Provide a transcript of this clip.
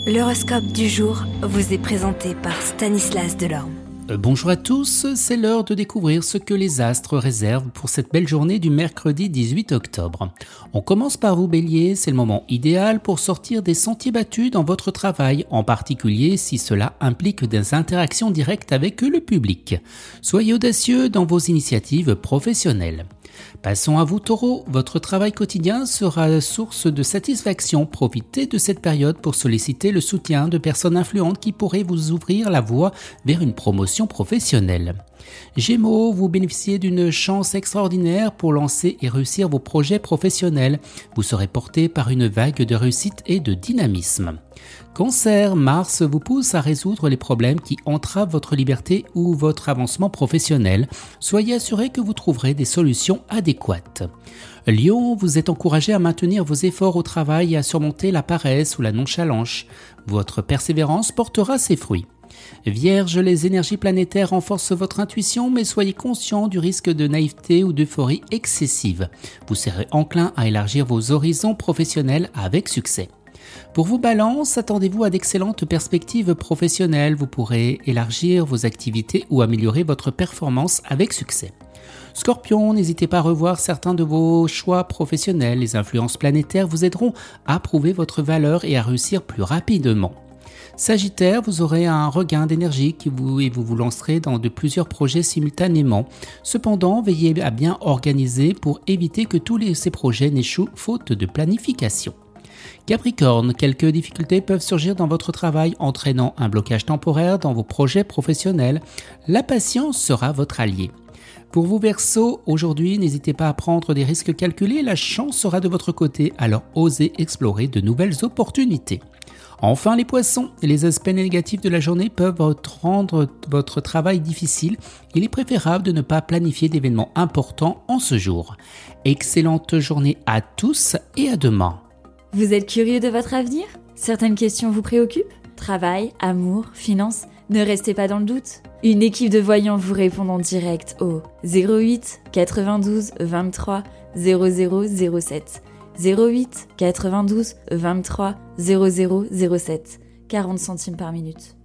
L'horoscope du jour vous est présenté par Stanislas Delorme. Bonjour à tous, c'est l'heure de découvrir ce que les astres réservent pour cette belle journée du mercredi 18 octobre. On commence par vous Bélier, c'est le moment idéal pour sortir des sentiers battus dans votre travail, en particulier si cela implique des interactions directes avec le public. Soyez audacieux dans vos initiatives professionnelles. Passons à vous Taureau, votre travail quotidien sera source de satisfaction. Profitez de cette période pour solliciter le soutien de personnes influentes qui pourraient vous ouvrir la voie vers une promotion professionnelle. Gémeaux, vous bénéficiez d'une chance extraordinaire pour lancer et réussir vos projets professionnels. Vous serez porté par une vague de réussite et de dynamisme. Cancer, Mars vous pousse à résoudre les problèmes qui entravent votre liberté ou votre avancement professionnel. Soyez assuré que vous trouverez des solutions adéquates. Lion, vous êtes encouragé à maintenir vos efforts au travail et à surmonter la paresse ou la nonchalance. Votre persévérance portera ses fruits. Vierge, les énergies planétaires renforcent votre intuition, mais soyez conscient du risque de naïveté ou d'euphorie excessive. Vous serez enclin à élargir vos horizons professionnels avec succès. Pour vous Balance, attendez-vous à d'excellentes perspectives professionnelles. Vous pourrez élargir vos activités ou améliorer votre performance avec succès. Scorpion, n'hésitez pas à revoir certains de vos choix professionnels. Les influences planétaires vous aideront à prouver votre valeur et à réussir plus rapidement. Sagittaire, vous aurez un regain d'énergie et vous vous lancerez dans plusieurs projets simultanément. Cependant, veillez à bien organiser pour éviter que ces projets n'échouent faute de planification. Capricorne, quelques difficultés peuvent surgir dans votre travail, entraînant un blocage temporaire dans vos projets professionnels. La patience sera votre allié. Pour vous Verseau, aujourd'hui, n'hésitez pas à prendre des risques calculés, la chance sera de votre côté, alors osez explorer de nouvelles opportunités. Enfin les Poissons, les aspects négatifs de la journée peuvent rendre votre travail difficile. Il est préférable de ne pas planifier d'événements importants en ce jour. Excellente journée à tous et à demain. Vous êtes curieux de votre avenir ? Certaines questions vous préoccupent ? Travail, amour, finances ? Ne restez pas dans le doute. Une équipe de voyants vous répond en direct au 08 92 23 0007. 08 92 23 0007. 40 centimes par minute.